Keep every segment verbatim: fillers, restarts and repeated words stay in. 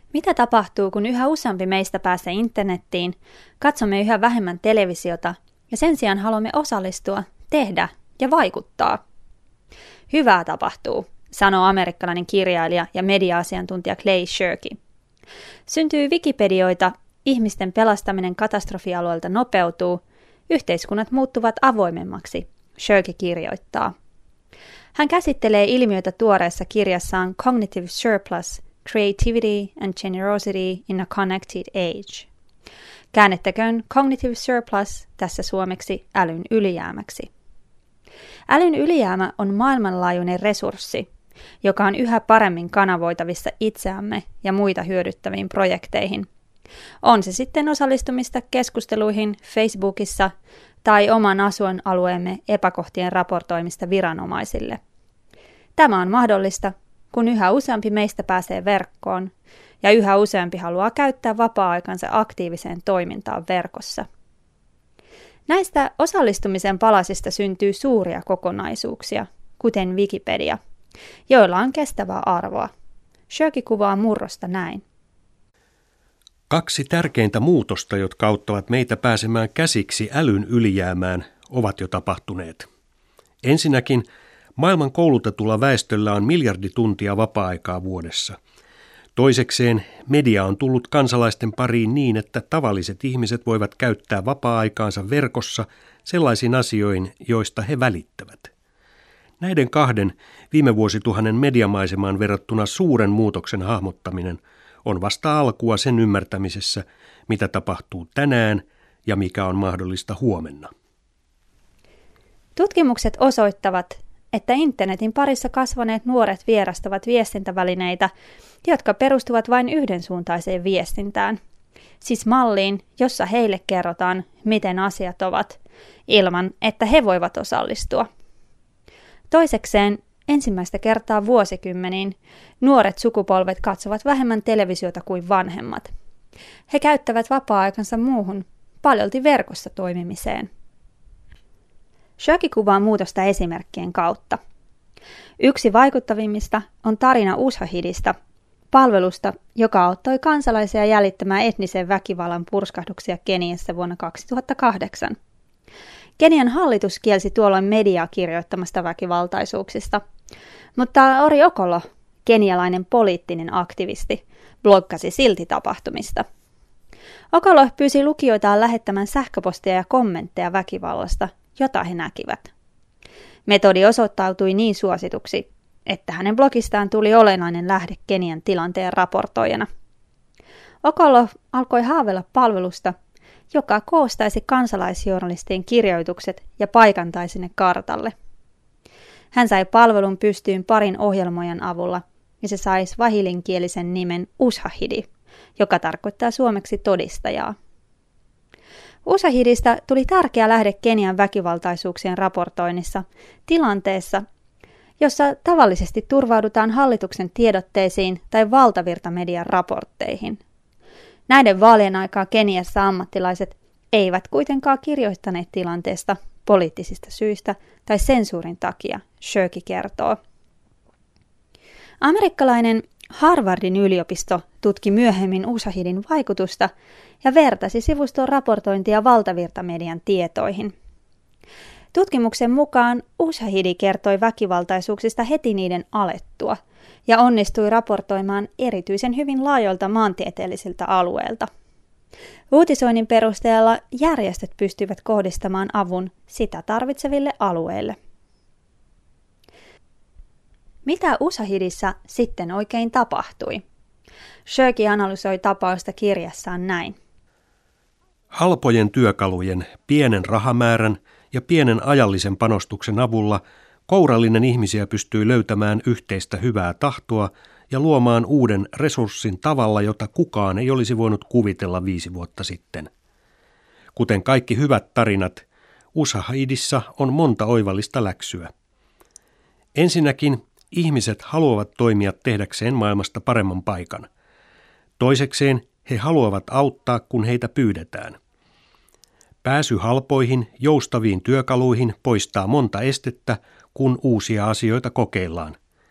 Mitä tapahtuu, kun yhä useampi meistä pääsee internettiin, katsomme yhä vähemmän televisiota ja sen sijaan haluamme osallistua, tehdä ja vaikuttaa? Hyvää tapahtuu, sanoo amerikkalainen kirjailija ja media-asiantuntija Clay Shirky. Syntyy Wikipedioita, ihmisten pelastaminen katastrofialueelta nopeutuu, yhteiskunnat muuttuvat avoimemmaksi, Shirky kirjoittaa. Hän käsittelee ilmiötä tuoreessa kirjassaan Cognitive Surplus, Creativity and Generosity in a Connected Age. Käännettäköön Cognitive Surplus tässä suomeksi älyn ylijäämäksi. Älyn ylijäämä on maailmanlaajuinen resurssi, joka on yhä paremmin kanavoitavissa itseämme ja muita hyödyttäviin projekteihin. On se sitten osallistumista keskusteluihin Facebookissa tai oman asuinalueemme epäkohtien raportoimista viranomaisille. Tämä on mahdollista, kun yhä useampi meistä pääsee verkkoon ja yhä useampi haluaa käyttää vapaa-aikansa aktiiviseen toimintaan verkossa. Näistä osallistumisen palasista syntyy suuria kokonaisuuksia, kuten Wikipedia, joilla on kestävää arvoa. Shirky kuvaa murrosta näin. Kaksi tärkeintä muutosta, jotka auttavat meitä pääsemään käsiksi älyn ylijäämään, ovat jo tapahtuneet. Ensinnäkin maailman koulutetulla väestöllä on miljardi tuntia vapaa-aikaa vuodessa. Toisekseen media on tullut kansalaisten pariin niin, että tavalliset ihmiset voivat käyttää vapaa-aikaansa verkossa sellaisiin asioihin, joista he välittävät. Näiden kahden viime vuosituhannen mediamaisemaan verrattuna suuren muutoksen hahmottaminen on vasta alkua sen ymmärtämisessä, mitä tapahtuu tänään ja mikä on mahdollista huomenna. Tutkimukset osoittavat, että internetin parissa kasvaneet nuoret vierastavat viestintävälineitä, jotka perustuvat vain yhdensuuntaiseen viestintään. Siis malliin, jossa heille kerrotaan, miten asiat ovat, ilman että he voivat osallistua. Toisekseen, ensimmäistä kertaa vuosikymmeniin, nuoret sukupolvet katsovat vähemmän televisiota kuin vanhemmat. He käyttävät vapaa-aikansa muuhun, paljolti verkossa toimimiseen. Shirky kuvaa muutosta esimerkkien kautta. Yksi vaikuttavimmista on tarina Ushahidista, palvelusta, joka auttoi kansalaisia jäljittämään etnisen väkivallan purskahduksia Keniassa vuonna kaksituhattakahdeksan. Kenian hallitus kielsi tuolloin mediaa kirjoittamasta väkivaltaisuuksista, mutta Ori Okolo, kenialainen poliittinen aktivisti, bloggasi silti tapahtumista. Okolo pyysi lukijoitaan lähettämään sähköpostia ja kommentteja väkivallasta, jota he näkivät. Metodi osoittautui niin suosituksi, että hänen blogistaan tuli olennainen lähde Kenian tilanteen raportoijana. Okolo alkoi haaveilla palvelusta, joka koostaisi kansalaisjournalistien kirjoitukset ja paikantaisi ne kartalle. Hän sai palvelun pystyyn parin ohjelmoijan avulla, ja se sai swahilinkielisen nimen Ushahidi, joka tarkoittaa suomeksi todistajaa. Ushahidista tuli tärkeä lähde Kenian väkivaltaisuuksien raportoinnissa tilanteessa, jossa tavallisesti turvaudutaan hallituksen tiedotteisiin tai valtavirtamedian raportteihin. Näiden vaalien aikaa Keniassa ammattilaiset eivät kuitenkaan kirjoittaneet tilanteesta poliittisista syistä tai sensuurin takia, Shirky kertoo. Amerikkalainen Harvardin yliopisto tutki myöhemmin Ushahidin vaikutusta ja vertasi sivuston raportointia valtavirtamedian tietoihin. Tutkimuksen mukaan Ushahidi kertoi väkivaltaisuuksista heti niiden alettua ja onnistui raportoimaan erityisen hyvin laajoilta maantieteellisiltä alueilta. Uutisoinnin perusteella järjestöt pystyivät kohdistamaan avun sitä tarvitseville alueille. Mitä Ushahidissa sitten oikein tapahtui? Shirky analysoi tapausta kirjassaan näin. Halpojen työkalujen, pienen rahamäärän ja pienen ajallisen panostuksen avulla kourallinen ihmisiä pystyy löytämään yhteistä hyvää tahtoa ja luomaan uuden resurssin tavalla, jota kukaan ei olisi voinut kuvitella viisi vuotta sitten. Kuten kaikki hyvät tarinat, Ushahidissa on monta oivallista läksyä. Ensinnäkin ihmiset haluavat toimia tehdäkseen maailmasta paremman paikan. Toisekseen he haluavat auttaa, kun heitä pyydetään. Pääsy halpoihin, joustaviin työkaluihin poistaa monta estettä, kun uusia asioita kokeillaan.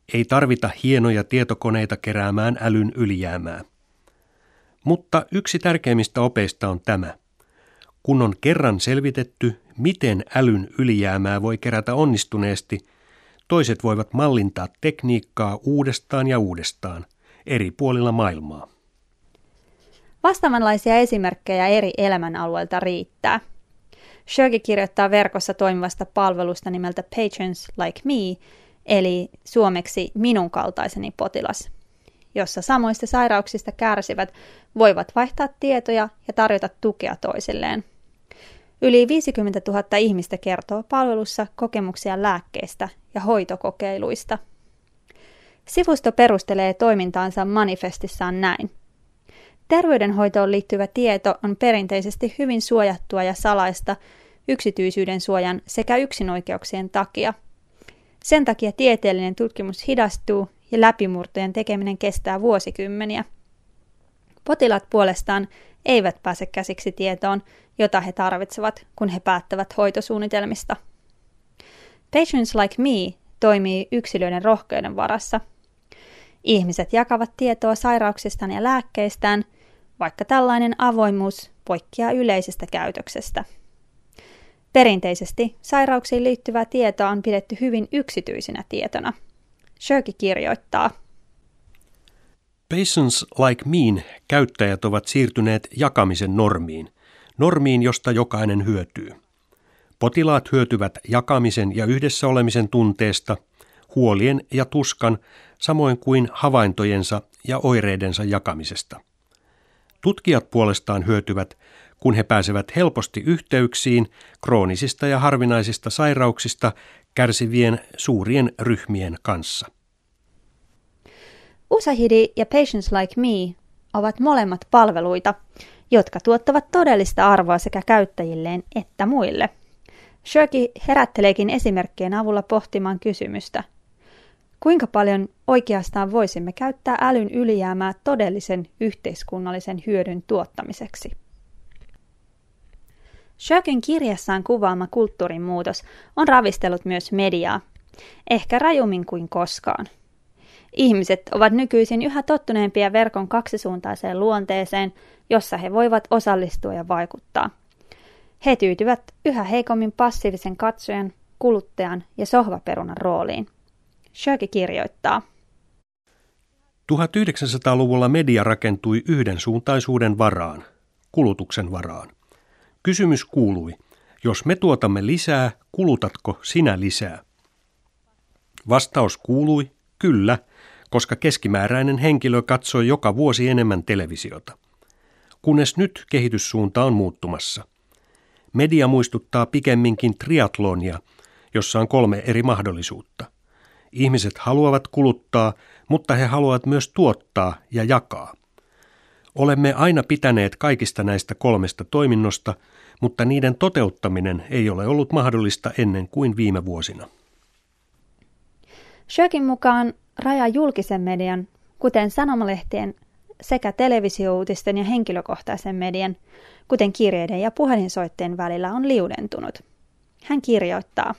Ei tarvita hienoja tietokoneita keräämään älyn ylijäämää. Mutta yksi tärkeimmistä opeista on tämä. Kun on kerran selvitetty, miten älyn ylijäämää voi kerätä onnistuneesti, toiset voivat mallintaa tekniikkaa uudestaan ja uudestaan eri puolilla maailmaa. Vastaavanlaisia esimerkkejä eri elämänalueilta riittää. Shirky kirjoittaa verkossa toimivasta palvelusta nimeltä Patients Like Me, eli suomeksi minun kaltaiseni potilas, jossa samoista sairauksista kärsivät voivat vaihtaa tietoja ja tarjota tukea toisilleen. Yli viisikymmentätuhatta ihmistä kertoo palvelussa kokemuksia lääkkeistä ja hoitokokeiluista. Sivusto perustelee toimintaansa manifestissaan näin. Terveydenhoitoon liittyvä tieto on perinteisesti hyvin suojattua ja salaista yksityisyyden suojan sekä yksinoikeuksien takia. Sen takia tieteellinen tutkimus hidastuu ja läpimurtojen tekeminen kestää vuosikymmeniä. Potilaat puolestaan eivät pääse käsiksi tietoon, jota he tarvitsevat, kun he päättävät hoitosuunnitelmista. Patients Like Me toimii yksilöiden rohkeuden varassa. Ihmiset jakavat tietoa sairauksistaan ja lääkkeistään, vaikka tällainen avoimuus poikkeaa yleisestä käytöksestä. Perinteisesti sairauksiin liittyvää tietoa on pidetty hyvin yksityisinä tietona. Shirky kirjoittaa. Patients Like Me'n käyttäjät ovat siirtyneet jakamisen normiin, normiin, josta jokainen hyötyy. Potilaat hyötyvät jakamisen ja yhdessä olemisen tunteesta, huolien ja tuskan, samoin kuin havaintojensa ja oireidensa jakamisesta. Tutkijat puolestaan hyötyvät, kun he pääsevät helposti yhteyksiin kroonisista ja harvinaisista sairauksista kärsivien suurien ryhmien kanssa. Usahidi ja Patients Like Me ovat molemmat palveluita, jotka tuottavat todellista arvoa sekä käyttäjilleen että muille. Shirky herätteleekin esimerkkien avulla pohtimaan kysymystä. Kuinka paljon oikeastaan voisimme käyttää älyn ylijäämää todellisen yhteiskunnallisen hyödyn tuottamiseksi? Shirkyn kirjassaan kuvaama kulttuurin muutos on ravistellut myös mediaa, ehkä rajummin kuin koskaan. Ihmiset ovat nykyisin yhä tottuneempia verkon kaksisuuntaiseen luonteeseen, jossa he voivat osallistua ja vaikuttaa. He tyytyvät yhä heikommin passiivisen katsojan, kuluttajan ja sohvaperunan rooliin. Shirky kirjoittaa. tuhatyhdeksänsataaluvulla media rakentui yhdensuuntaisuuden varaan, kulutuksen varaan. Kysymys kuului, jos me tuotamme lisää, kulutatko sinä lisää? Vastaus kuului, kyllä, koska keskimääräinen henkilö katsoi joka vuosi enemmän televisiota. Kunnes nyt kehityssuunta on muuttumassa. Media muistuttaa pikemminkin triatlonia, jossa on kolme eri mahdollisuutta. Ihmiset haluavat kuluttaa, mutta he haluavat myös tuottaa ja jakaa. Olemme aina pitäneet kaikista näistä kolmesta toiminnosta, mutta niiden toteuttaminen ei ole ollut mahdollista ennen kuin viime vuosina. Shirkyn mukaan raja julkisen median, kuten sanomalehtien, sekä televisiouutisten ja henkilökohtaisen median, kuten kirjeiden ja puhelinsoitteen välillä on liudentunut. Hän kirjoittaa.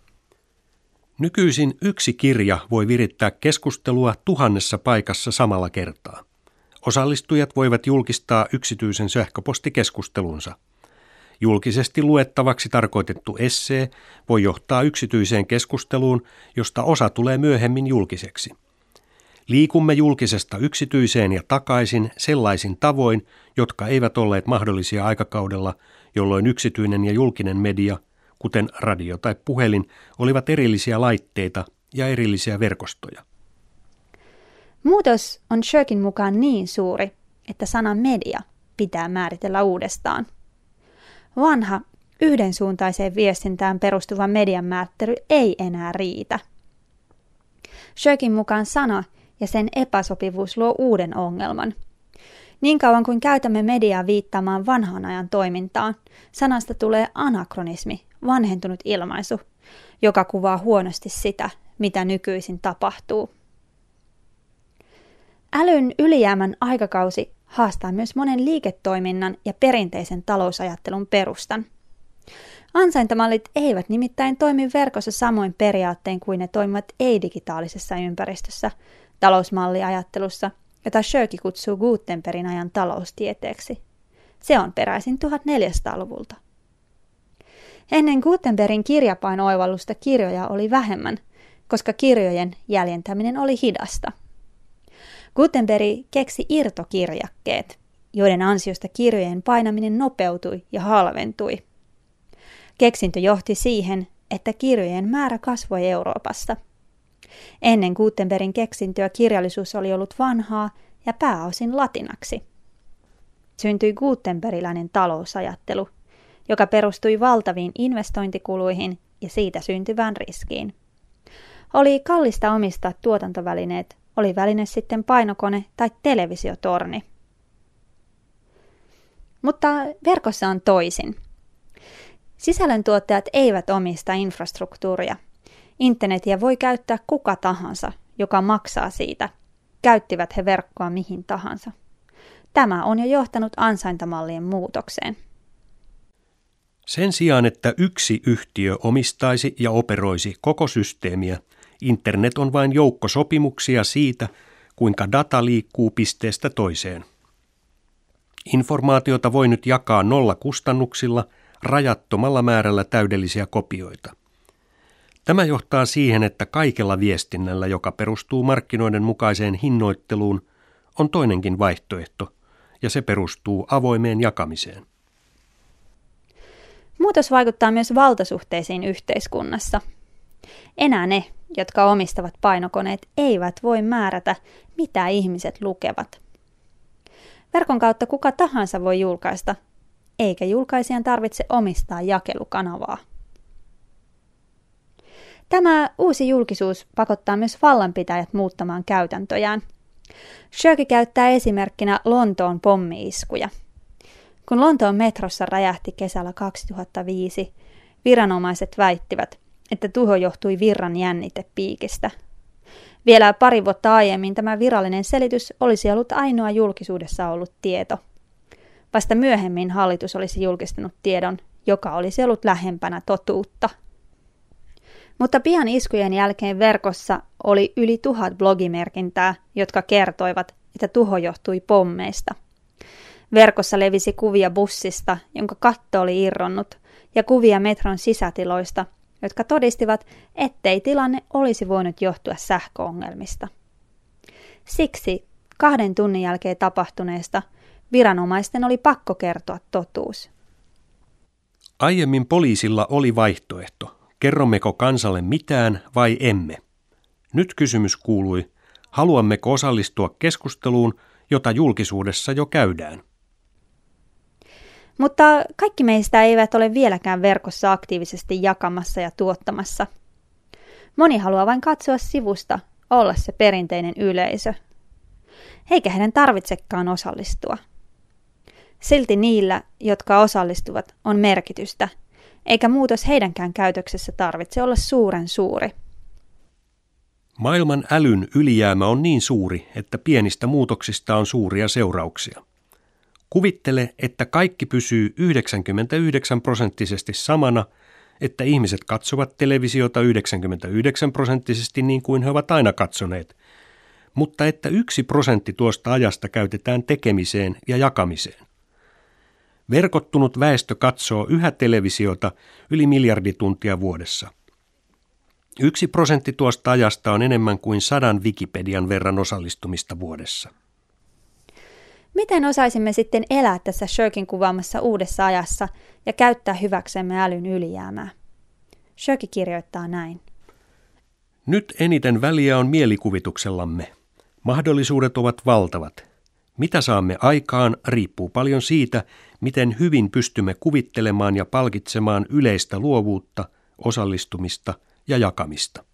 Nykyisin yksi kirja voi virittää keskustelua tuhannessa paikassa samalla kertaa. Osallistujat voivat julkistaa yksityisen sähköpostikeskustelunsa. Julkisesti luettavaksi tarkoitettu essee voi johtaa yksityiseen keskusteluun, josta osa tulee myöhemmin julkiseksi. Liikumme julkisesta yksityiseen ja takaisin sellaisin tavoin, jotka eivät olleet mahdollisia aikakaudella, jolloin yksityinen ja julkinen media, kuten radio tai puhelin, olivat erillisiä laitteita ja erillisiä verkostoja. Muutos on Shirkyn mukaan niin suuri, että sana media pitää määritellä uudestaan. Vanha, yhdensuuntaiseen viestintään perustuva median määrittely ei enää riitä. Shirkyn mukaan sana ja sen epäsopivuus luo uuden ongelman. Niin kauan kuin käytämme mediaa viittaamaan vanhan ajan toimintaan, sanasta tulee anakronismi, vanhentunut ilmaisu, joka kuvaa huonosti sitä, mitä nykyisin tapahtuu. Älyn ylijäämän aikakausi haastaa myös monen liiketoiminnan ja perinteisen talousajattelun perustan. Ansaintamallit eivät nimittäin toimi verkossa samoin periaattein kuin ne toimivat ei-digitaalisessa ympäristössä, talousmalliajattelussa, jota Shirky kutsuu Gutenbergin ajan taloustieteeksi. Se on peräisin tuhatneljäsataaluvulta. Ennen Gutenbergin kirjapaino-oivallusta kirjoja oli vähemmän, koska kirjojen jäljentäminen oli hidasta. Gutenberg keksi irtokirjakkeet, joiden ansiosta kirjojen painaminen nopeutui ja halventui. Keksintö johti siihen, että kirjojen määrä kasvoi Euroopassa. Ennen Gutenbergin keksintöä kirjallisuus oli ollut vanhaa ja pääosin latinaksi. Syntyi gutenbergiläinen talousajattelu, joka perustui valtaviin investointikuluihin ja siitä syntyvään riskiin. Oli kallista omistaa tuotantovälineet, oli väline sitten painokone tai televisiotorni. Mutta verkossa on toisin. Sisällöntuottajat eivät omista infrastruktuuria. Internetiä voi käyttää kuka tahansa, joka maksaa siitä. Käyttivät he verkkoa mihin tahansa. Tämä on jo johtanut ansaintamallien muutokseen. Sen sijaan, että yksi yhtiö omistaisi ja operoisi koko systeemiä, internet on vain joukko sopimuksia siitä, kuinka data liikkuu pisteestä toiseen. Informaatiota voi nyt jakaa nollakustannuksilla, rajattomalla määrällä täydellisiä kopioita. Tämä johtaa siihen, että kaikella viestinnällä, joka perustuu markkinoiden mukaiseen hinnoitteluun, on toinenkin vaihtoehto, ja se perustuu avoimeen jakamiseen. Muutos vaikuttaa myös valtasuhteisiin yhteiskunnassa. Enää ne, jotka omistavat painokoneet, eivät voi määrätä, mitä ihmiset lukevat. Verkon kautta kuka tahansa voi julkaista, eikä julkaisijan tarvitse omistaa jakelukanavaa. Tämä uusi julkisuus pakottaa myös vallanpitäjät muuttamaan käytäntöjään. Shirky käyttää esimerkkinä Lontoon pommi-iskuja. Kun Lontoon metrossa räjähti kesällä kaksituhattaviisi, viranomaiset väittivät, että tuho johtui virran jännitepiikistä. Vielä pari vuotta aiemmin tämä virallinen selitys olisi ollut ainoa julkisuudessa ollut tieto. Vasta myöhemmin hallitus olisi julkistanut tiedon, joka olisi ollut lähempänä totuutta. Mutta pian iskujen jälkeen verkossa oli yli tuhat blogimerkintää, jotka kertoivat, että tuho johtui pommeista. Verkossa levisi kuvia bussista, jonka katto oli irronnut, ja kuvia metron sisätiloista, jotka todistivat, ettei tilanne olisi voinut johtua sähköongelmista. Siksi kahden tunnin jälkeen tapahtuneesta viranomaisten oli pakko kertoa totuus. Aiemmin poliisilla oli vaihtoehto. Kerrommeko kansalle mitään vai emme? Nyt kysymys kuului, haluammeko osallistua keskusteluun, jota julkisuudessa jo käydään. Mutta kaikki meistä eivät ole vieläkään verkossa aktiivisesti jakamassa ja tuottamassa. Moni haluaa vain katsoa sivusta, olla se perinteinen yleisö. Eikä heidän tarvitsekaan osallistua. Silti niillä, jotka osallistuvat, on merkitystä, eikä muutos heidänkään käytöksessä tarvitse olla suuren suuri. Maailman älyn ylijäämä on niin suuri, että pienistä muutoksista on suuria seurauksia. Kuvittele, että kaikki pysyy yhdeksänkymmentäyhdeksän prosenttisesti samana, että ihmiset katsovat televisiota yhdeksänkymmentäyhdeksän prosenttisesti niin kuin he ovat aina katsoneet, mutta että yksi prosentti tuosta ajasta käytetään tekemiseen ja jakamiseen. Verkottunut väestö katsoo yhä televisiota yli miljardi tuntia vuodessa. Yksi prosentti tuosta ajasta on enemmän kuin sadan Wikipedian verran osallistumista vuodessa. Miten osaisimme sitten elää tässä Shirkyn kuvaamassa uudessa ajassa ja käyttää hyväksemme älyn ylijäämää? Shirky kirjoittaa näin. Nyt eniten väliä on mielikuvituksellamme. Mahdollisuudet ovat valtavat. Mitä saamme aikaan riippuu paljon siitä, miten hyvin pystymme kuvittelemaan ja palkitsemaan yleistä luovuutta, osallistumista ja jakamista.